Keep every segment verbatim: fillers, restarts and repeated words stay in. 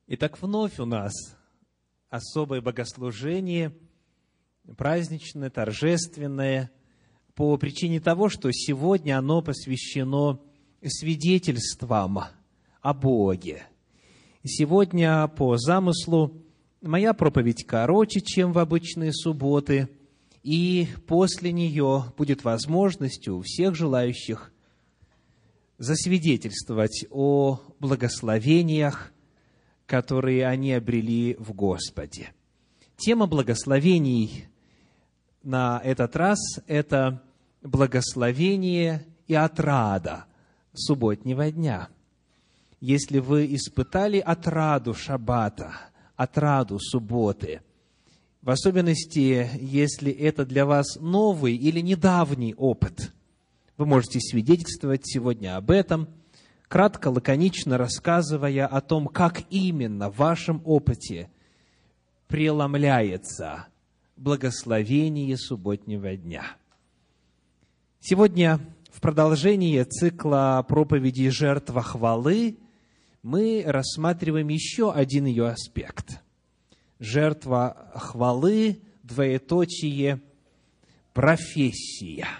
Итак, вновь у нас особое богослужение, праздничное, торжественное, по причине того, что сегодня оно посвящено свидетельствам о Боге. Сегодня, по замыслу, моя проповедь короче, чем в обычные субботы, и после нее будет возможность у всех желающих засвидетельствовать о благословениях, которые они обрели в Господе. Тема благословений на этот раз – это благословение и отрада субботнего дня. Если вы испытали отраду шаббата, отраду субботы, в особенности, если это для вас новый или недавний опыт, вы можете свидетельствовать сегодня об этом, кратко, лаконично рассказывая о том, как именно в вашем опыте преломляется благословение субботнего дня. Сегодня, в продолжение цикла проповедей «Жертва хвалы», мы рассматриваем еще один ее аспект. Жертва хвалы, двоеточие, профессия.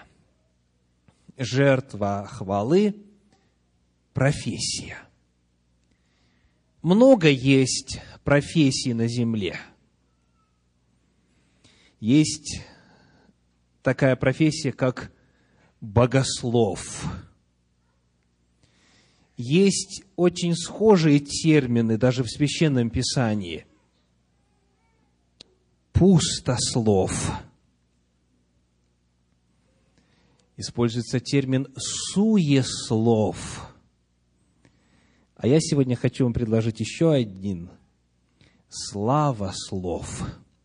Жертва хвалы, профессия. Много есть профессий на земле. Есть такая профессия, как богослов. Есть очень схожие термины даже в Священном Писании. Пустослов. Используется термин суеслов. А я сегодня хочу вам предложить еще один. Славослов.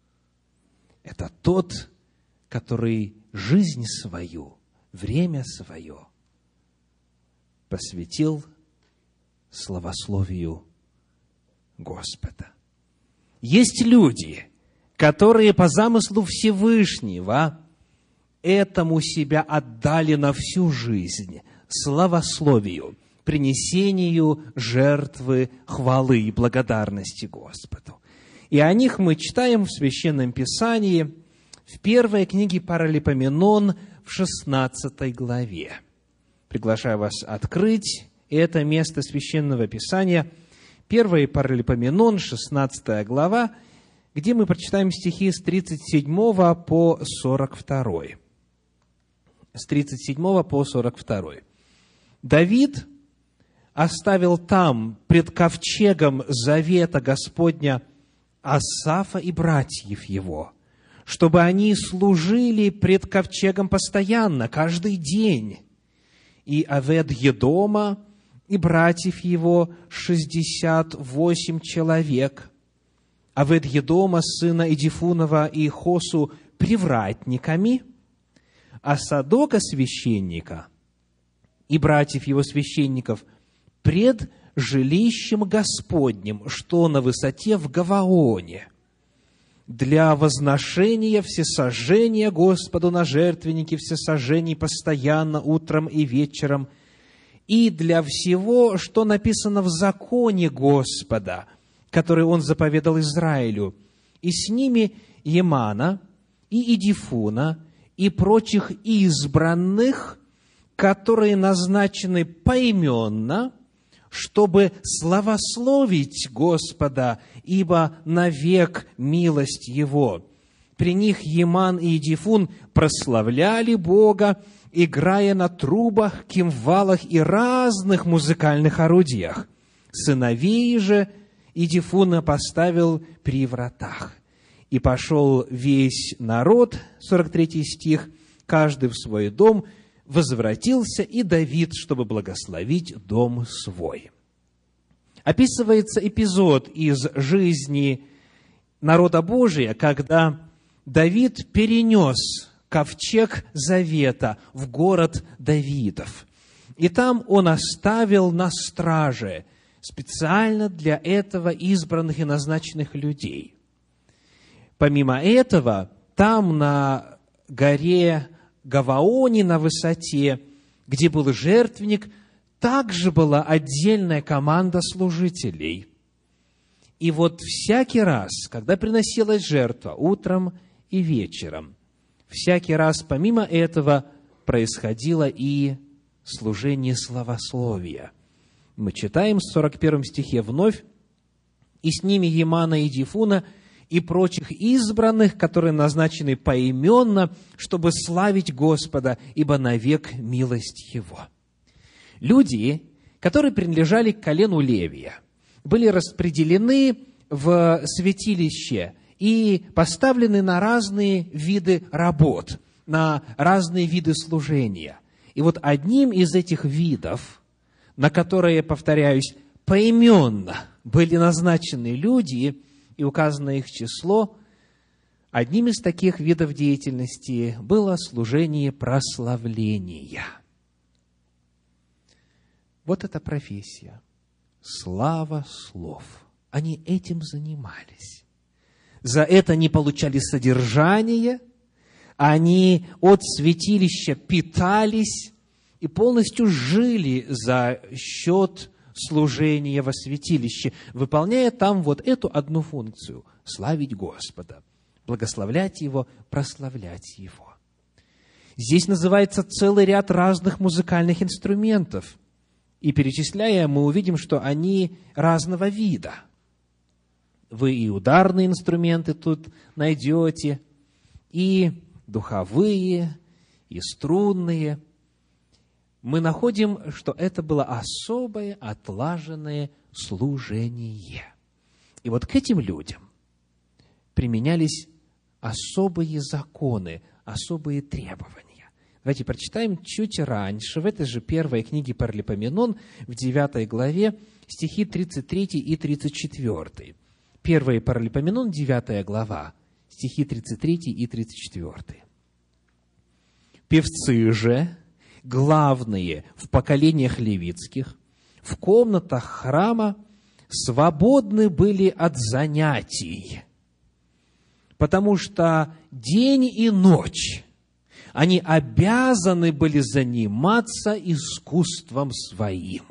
Это тот, который жизнь свою, время свое посвятил славословию Господа. Есть люди, которые по замыслу Всевышнего этому себя отдали на всю жизнь, славословию, принесению жертвы хвалы и благодарности Господу. И о них мы читаем в Священном Писании в первой книге Паралипоменон в шестнадцатой главе. Приглашаю вас открыть это место Священного Писания, первая Паралипоменон, шестнадцатая глава, где мы прочитаем стихи с тридцать седьмого по сорок второй. С тридцать седьмого по сорок второй. Давид оставил там, пред ковчегом завета Господня, Асафа и братьев его, чтобы они служили пред ковчегом постоянно, каждый день. И Овед-Едома и братьев его шестьдесят восемь человек. Овед-Едома, сына Идифунова, и Хосу привратниками, а Садока священника и братьев его священников пред жилищем Господним, что на высоте в Гаваоне, для возношения всесожжения Господу на жертвеннике всесожжений постоянно утром и вечером, и для всего, что написано в законе Господа, который Он заповедал Израилю, и с ними Емана, и Идифуна, и прочих избранных, которые назначены поименно, чтобы славословить Господа, ибо навек милость Его. При них Еман и Идифун прославляли Бога, играя на трубах, кимвалах и разных музыкальных орудиях. Сыновей же Идифуна поставил при вратах. И пошел весь народ, сорок третий стих, каждый в свой дом, возвратился и Давид, чтобы благословить дом свой. Описывается эпизод из жизни народа Божия, когда Давид перенес ковчег завета в город Давидов. И там он оставил на страже специально для этого избранных и назначенных людей. Помимо этого, там на горе Гаваоне, на высоте, где был жертвенник, также была отдельная команда служителей. И вот всякий раз, когда приносилась жертва утром и вечером, всякий раз помимо этого происходило и служение славословия. Мы читаем в сорок первом стихе вновь: «И с ними Емана и Дифуна, и прочих избранных, которые назначены поименно, чтобы славить Господа, ибо навек милость Его». Люди, которые принадлежали к колену Левия, были распределены в святилище и поставлены на разные виды работ, на разные виды служения. И вот одним из этих видов, на которые, повторяюсь, поименно были назначены люди, и указано их число, одним из таких видов деятельности было служение прославления. Вот эта профессия. Слава слов. Они этим занимались. За это они получали содержание, они от святилища питались и полностью жили за счет служения во святилище, выполняя там вот эту одну функцию – славить Господа, благословлять Его, прославлять Его. Здесь называется целый ряд разных музыкальных инструментов. И перечисляя, мы увидим, что они разного вида. Вы и ударные инструменты тут найдете, и духовые, и струнные. Мы находим, что это было особое, отлаженное служение. И вот к этим людям применялись особые законы, особые требования. Давайте прочитаем чуть раньше, в этой же первой книге Паралипоменон, в девятой главе, стихи тридцать три и тридцать четыре. Первая Паралипоменон, девятая глава, стихи тридцать три и тридцать четыре. «Певцы же, главные в поколениях левитских, в комнатах храма свободны были от занятий, потому что день и ночь они обязаны были заниматься искусством своим».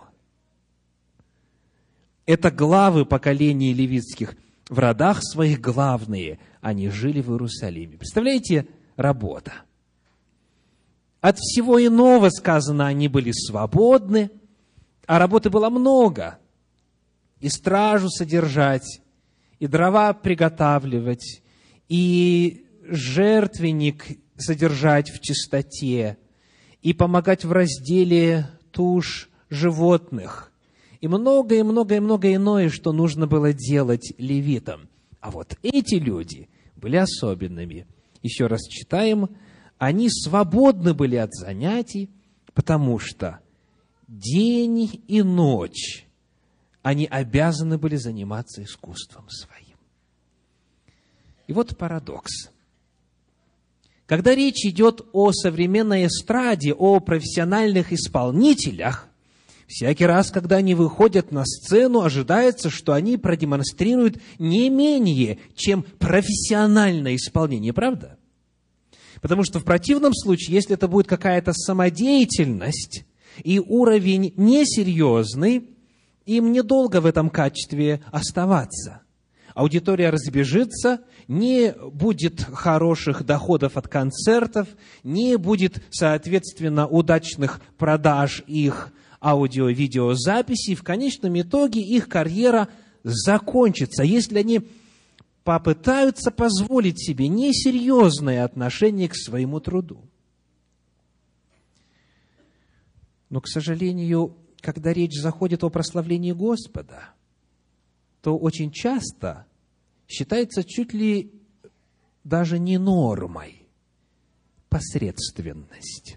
Это главы поколений левитских. В родах своих главные они жили в Иерусалиме. Представляете, работа. От всего иного, сказано, они были свободны, а работы было много. И стражу содержать, и дрова приготавливать, и жертвенник содержать в чистоте, и помогать в разделе туш животных, и многое, многое, многое иное, что нужно было делать левитам. А вот эти люди были особенными. Еще раз читаем: они свободны были от занятий, потому что день и ночь они обязаны были заниматься искусством своим. И вот парадокс. Когда речь идет о современной эстраде, о профессиональных исполнителях, всякий раз, когда они выходят на сцену, ожидается, что они продемонстрируют не менее, чем профессиональное исполнение, правда? Потому что в противном случае, если это будет какая-то самодеятельность и уровень несерьезный, им недолго в этом качестве оставаться. Аудитория разбежится, не будет хороших доходов от концертов, не будет, соответственно, удачных продаж их аудио-видеозаписей. В конечном итоге их карьера закончится, если они попытаются позволить себе несерьезное отношение к своему труду. Но, к сожалению, когда речь заходит о прославлении Господа, то очень часто считается чуть ли даже не нормой посредственность.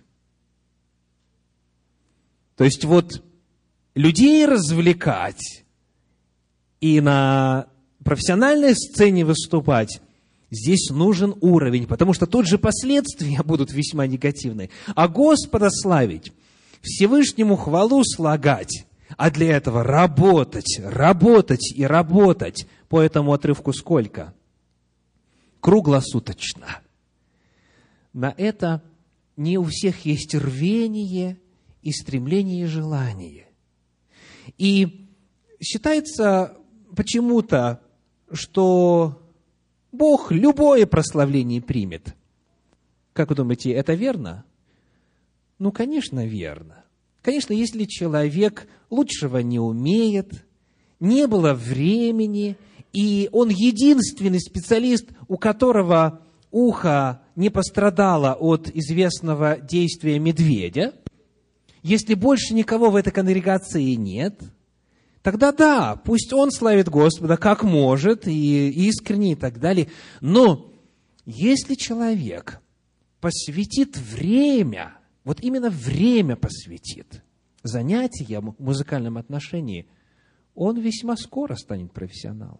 То есть вот людей развлекать и на профессиональной сцене выступать, здесь нужен уровень, потому что тут же последствия будут весьма негативные. А Господа славить, Всевышнему хвалу слагать, а для этого работать, работать и работать. По этому отрывку сколько? Круглосуточно. На это не у всех есть рвение и стремление и желание. И считается почему-то что Бог любое прославление примет. Как вы думаете, это верно? Ну, конечно, верно. Конечно, если человек лучшего не умеет, не было времени, и он единственный специалист, у которого ухо не пострадало от известного действия медведя, если больше никого в этой конгрегации нет, тогда да, пусть он славит Господа как может, и искренне, и так далее. Но если человек посвятит время, вот именно время посвятит занятиям в музыкальном отношении, он весьма скоро станет профессионалом.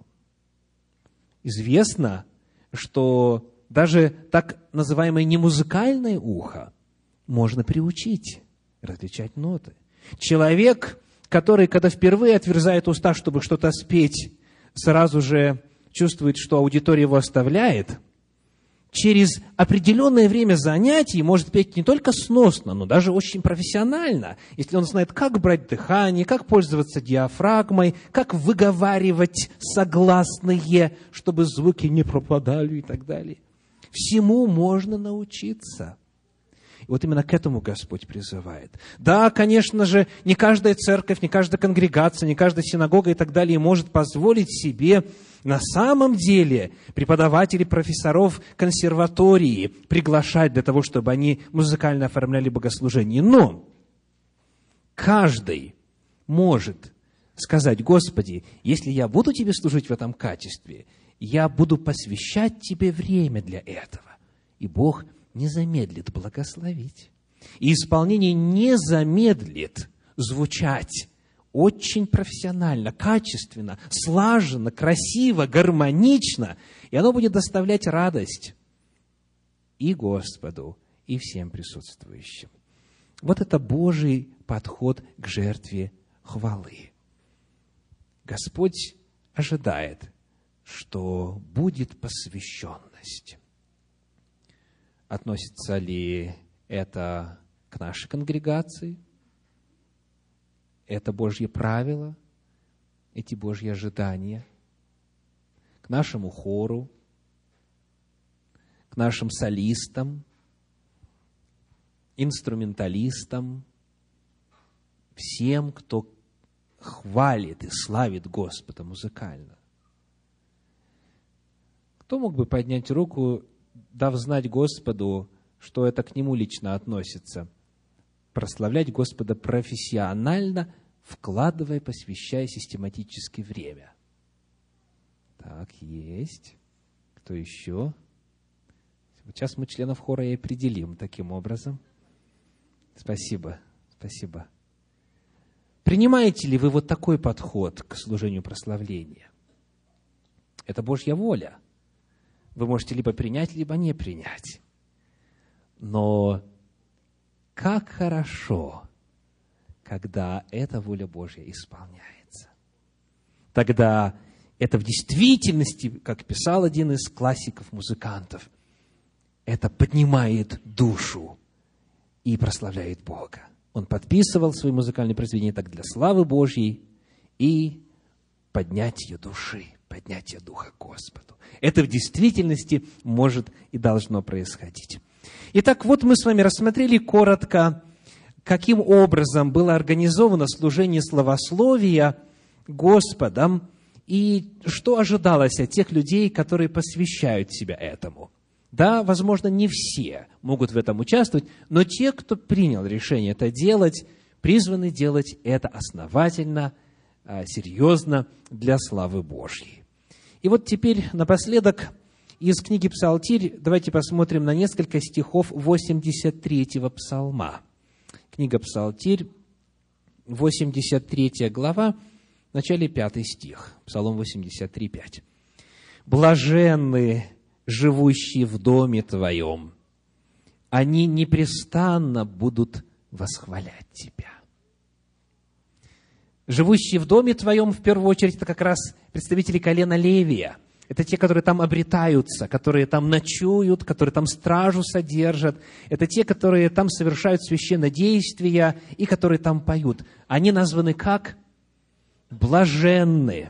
Известно, что даже так называемое немузыкальное ухо можно приучить различать ноты. Человек, который, когда впервые отверзает уста, чтобы что-то спеть, сразу же чувствует, что аудитория его оставляет, через определенное время занятий может петь не только сносно, но даже очень профессионально, если он знает, как брать дыхание, как пользоваться диафрагмой, как выговаривать согласные, чтобы звуки не пропадали и так далее. Всему можно научиться. И вот именно к этому Господь призывает. Да, конечно же, не каждая церковь, не каждая конгрегация, не каждая синагога и так далее может позволить себе на самом деле преподавателей, профессоров консерватории приглашать для того, чтобы они музыкально оформляли богослужение. Но каждый может сказать: Господи, если я буду Тебе служить в этом качестве, я буду посвящать Тебе время для этого. И Бог не замедлит благословить. И исполнение не замедлит звучать очень профессионально, качественно, слаженно, красиво, гармонично. И оно будет доставлять радость и Господу, и всем присутствующим. Вот это Божий подход к жертве хвалы. Господь ожидает, что будет посвященность. Относится ли это к нашей конгрегации? Это Божье правило, эти Божьи ожидания? К нашему хору, к нашим солистам, инструменталистам, всем, кто хвалит и славит Господа музыкально. Кто мог бы поднять руку, дав знать Господу, что это к Нему лично относится? Прославлять Господа профессионально, вкладывая, посвящая систематически время. Так, есть. Кто еще? Сейчас мы членов хора и определим таким образом. Спасибо, спасибо. Принимаете ли вы вот такой подход к служению прославления? Это Божья воля. Вы можете либо принять, либо не принять. Но как хорошо, когда эта воля Божья исполняется. Тогда это в действительности, как писал один из классиков-музыкантов, это поднимает душу и прославляет Бога. Он подписывал свои музыкальные произведения так для славы Божьей и поднятия души, поднятия духа Господу. Это в действительности может и должно происходить. Итак, вот мы с вами рассмотрели коротко, каким образом было организовано служение славословия Господом и что ожидалось от тех людей, которые посвящают себя этому. Да, возможно, не все могут в этом участвовать, но те, кто принял решение это делать, призваны делать это основательно, серьезно для славы Божьей. И вот теперь напоследок из книги «Псалтирь» давайте посмотрим на несколько стихов восемьдесят третьего псалма. Книга «Псалтирь», восемьдесят третья глава, в начале пятый стих, Псалом восемьдесят три, пять. «Блаженны, живущие в доме Твоем, они непрестанно будут восхвалять Тебя». Живущие в доме Твоем, в первую очередь, это как раз представители колена Левия. Это те, которые там обретаются, которые там ночуют, которые там стражу содержат. Это те, которые там совершают священнодействия и которые там поют. Они названы как? Блаженные.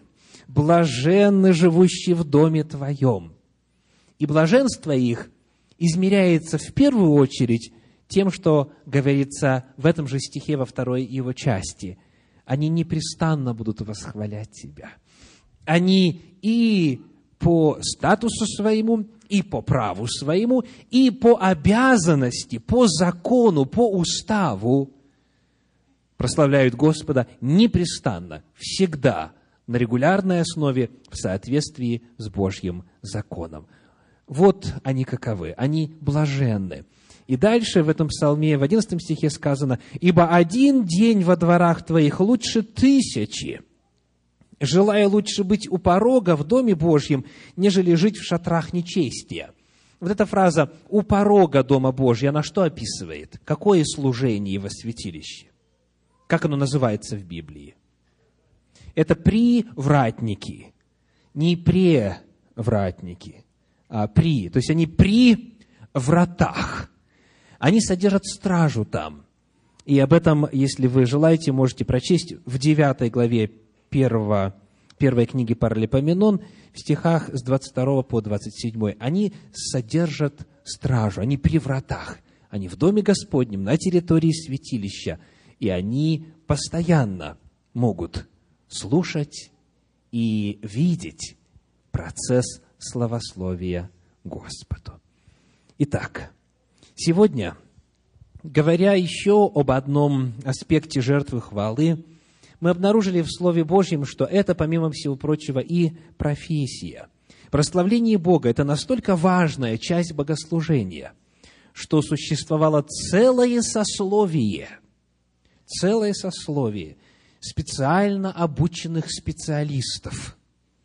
блаженны живущие в доме Твоем». И блаженство их измеряется в первую очередь тем, что говорится в этом же стихе во второй его части. Они непрестанно будут восхвалять Тебя. Они и по статусу своему, и по праву своему, и по обязанности, по закону, по уставу прославляют Господа непрестанно, всегда, на регулярной основе, в соответствии с Божьим законом. Вот они каковы, они блаженны. И дальше в этом псалме, в одиннадцатом стихе сказано: «Ибо один день во дворах Твоих лучше тысячи, желая лучше быть у порога в доме Божьем, нежели жить в шатрах нечестия». Вот эта фраза «у порога дома Божьего», она что описывает? Какое служение во святилище? Как оно называется в Библии? Это привратники, не превратники, а при. То есть они при вратах. Они содержат стражу там. И об этом, если вы желаете, можете прочесть в девятой главе первого, первой книги Паралипоменон, в стихах с двадцать второго по двадцать седьмой. Они содержат стражу, они при вратах. Они в доме Господнем, на территории святилища. И они постоянно могут слушать и видеть процесс славословия Господу. Итак, сегодня, говоря еще об одном аспекте жертвы хвалы, мы обнаружили в Слове Божьем, что это, помимо всего прочего, и профессия. Прославление Бога – это настолько важная часть богослужения, что существовало целое сословие, целое сословие специально обученных специалистов.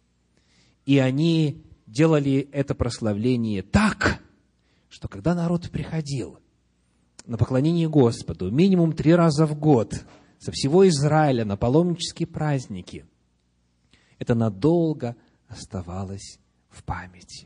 И они делали это прославление так, что когда народ приходил на поклонение Господу минимум три раза в год со всего Израиля на паломнические праздники, это надолго оставалось в памяти.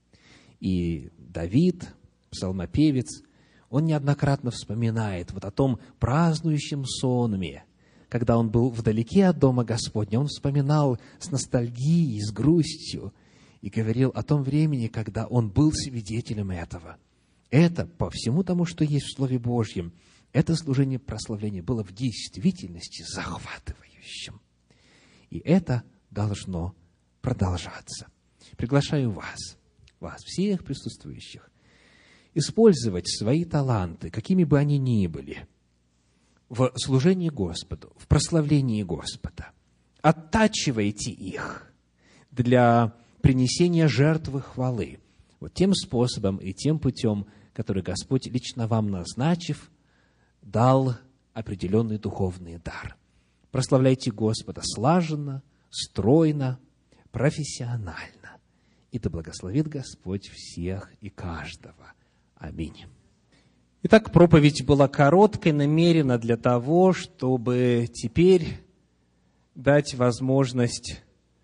И Давид, псалмопевец, он неоднократно вспоминает вот о том празднующем сонме, когда он был вдалеке от дома Господня. Он вспоминал с ностальгией, с грустью и говорил о том времени, когда он был свидетелем этого. Это, по всему тому, что есть в Слове Божьем, это служение прославления было в действительности захватывающим. И это должно продолжаться. Приглашаю вас, вас, всех присутствующих, использовать свои таланты, какими бы они ни были, в служении Господу, в прославлении Господа. Оттачивайте их для принесения жертвы хвалы. Вот тем способом и тем путем, который Господь, лично вам назначив, дал определенный духовный дар. Прославляйте Господа слаженно, стройно, профессионально. И да благословит Господь всех и каждого. Аминь. Итак, проповедь была короткой, намерена для того, чтобы теперь дать возможность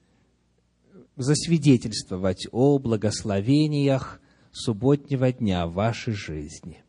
засвидетельствовать о благословениях субботнего дня в вашей жизни.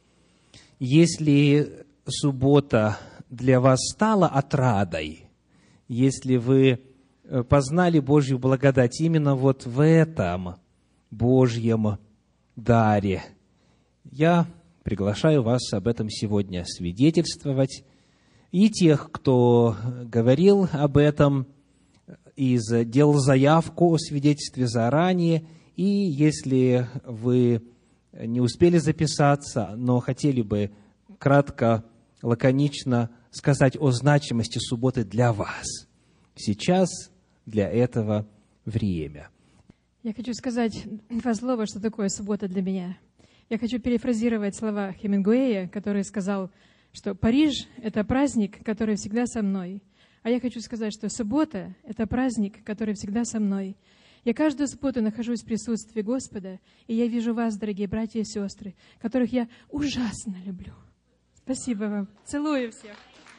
Если суббота для вас стала отрадой, если вы познали Божью благодать именно вот в этом Божьем даре, я приглашаю вас об этом сегодня свидетельствовать. И тех, кто говорил об этом и делал заявку о свидетельстве заранее, и если вы не успели записаться, но хотели бы кратко, лаконично сказать о значимости субботы для вас, сейчас для этого время. Я хочу сказать два слова, что такое суббота для меня. Я хочу перефразировать слова Хемингуэя, который сказал, что Париж – это праздник, который всегда со мной. А я хочу сказать, что суббота – это праздник, который всегда со мной. Я каждую субботу нахожусь в присутствии Господа, и я вижу вас, дорогие братья и сестры, которых я ужасно люблю. Спасибо вам. Целую всех.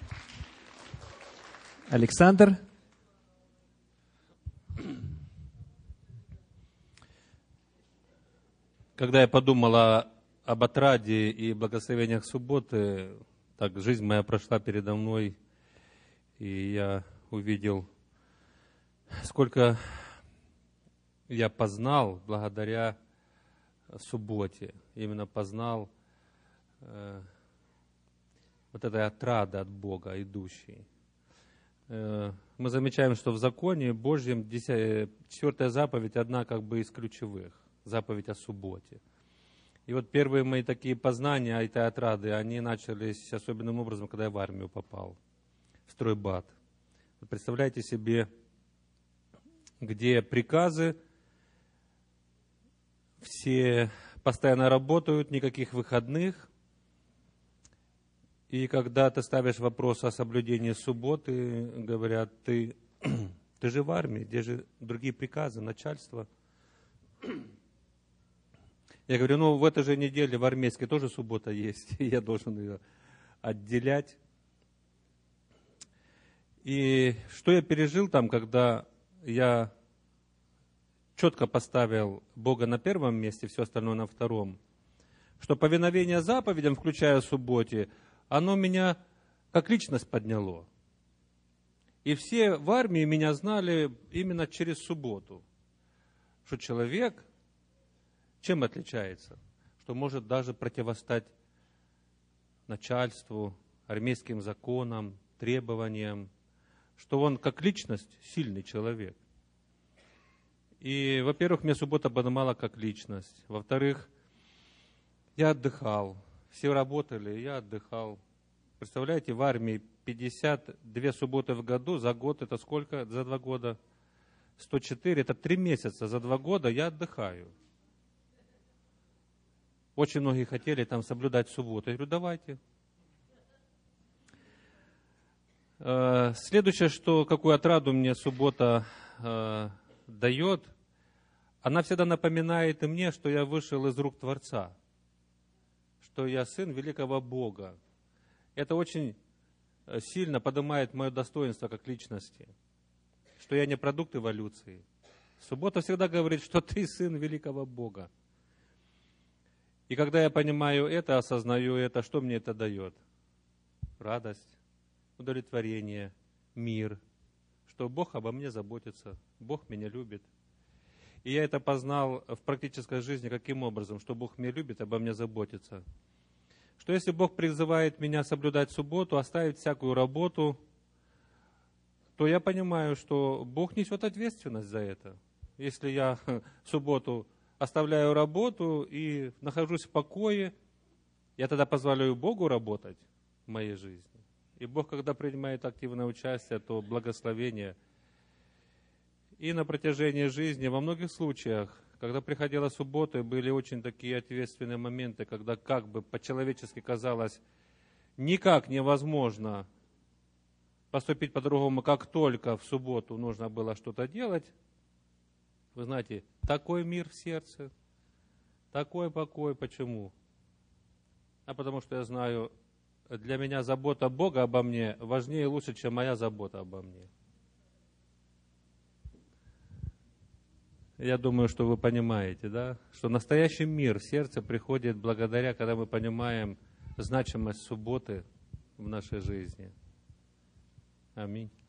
Александр. Когда я подумал о, об отраде и благословениях субботы, так жизнь моя прошла передо мной, и я увидел сколько я познал благодаря субботе, именно познал э, вот этой отрады от Бога, идущей. Э, мы замечаем, что в законе Божьем четвертая заповедь одна как бы из ключевых, заповедь о субботе. И вот первые мои такие познания этой отрады, они начались особенным образом, когда я в армию попал, в стройбат. Вы представляете себе, где приказы, все постоянно работают, никаких выходных. И когда ты ставишь вопрос о соблюдении субботы, говорят, ты, ты же в армии, где же другие приказы, начальство? Я говорю, ну в этой же неделе в армейской тоже суббота есть, и я должен ее отделять. И что я пережил там, когда я четко поставил Бога на первом месте, все остальное на втором, что повиновение заповедям, включая субботе, оно меня как личность подняло. И все в армии меня знали именно через субботу, что человек чем отличается? Что может даже противостать начальству, армейским законам, требованиям, что он как личность сильный человек. И, во-первых, мне суббота поднимала как личность. Во-вторых, я отдыхал. Все работали, я отдыхал. Представляете, в армии пятьдесят две субботы в году, за год это сколько? За два года? сто четыре, это три месяца. За два года я отдыхаю. Очень многие хотели там соблюдать субботу. Я говорю, давайте. Следующее, что какую отраду мне суббота э, дает, она всегда напоминает и мне, что я вышел из рук Творца, что я сын великого Бога. Это очень сильно поднимает мое достоинство как личности, что я не продукт эволюции. Суббота всегда говорит, что ты сын великого Бога. И когда я понимаю это, осознаю это, что мне это дает? Радость, удовлетворение, мир, что Бог обо мне заботится, Бог меня любит. И я это познал в практической жизни каким образом? Что Бог меня любит, обо мне заботится. Что если Бог призывает меня соблюдать субботу, оставить всякую работу, то я понимаю, что Бог несет ответственность за это. Если я в субботу оставляю работу и нахожусь в покое, я тогда позволяю Богу работать в моей жизни. И Бог, когда принимает активное участие, то благословение. И на протяжении жизни, во многих случаях, когда приходила суббота, были очень такие ответственные моменты, когда как бы по-человечески казалось, никак невозможно поступить по-другому, как только в субботу нужно было что-то делать. Вы знаете, такой мир в сердце, такой покой. Почему? А потому что я знаю, для меня забота Бога обо мне важнее и лучше, чем моя забота обо мне. Я думаю, что вы понимаете, да? Что настоящий мир в сердце приходит благодаря, когда мы понимаем значимость субботы в нашей жизни. Аминь.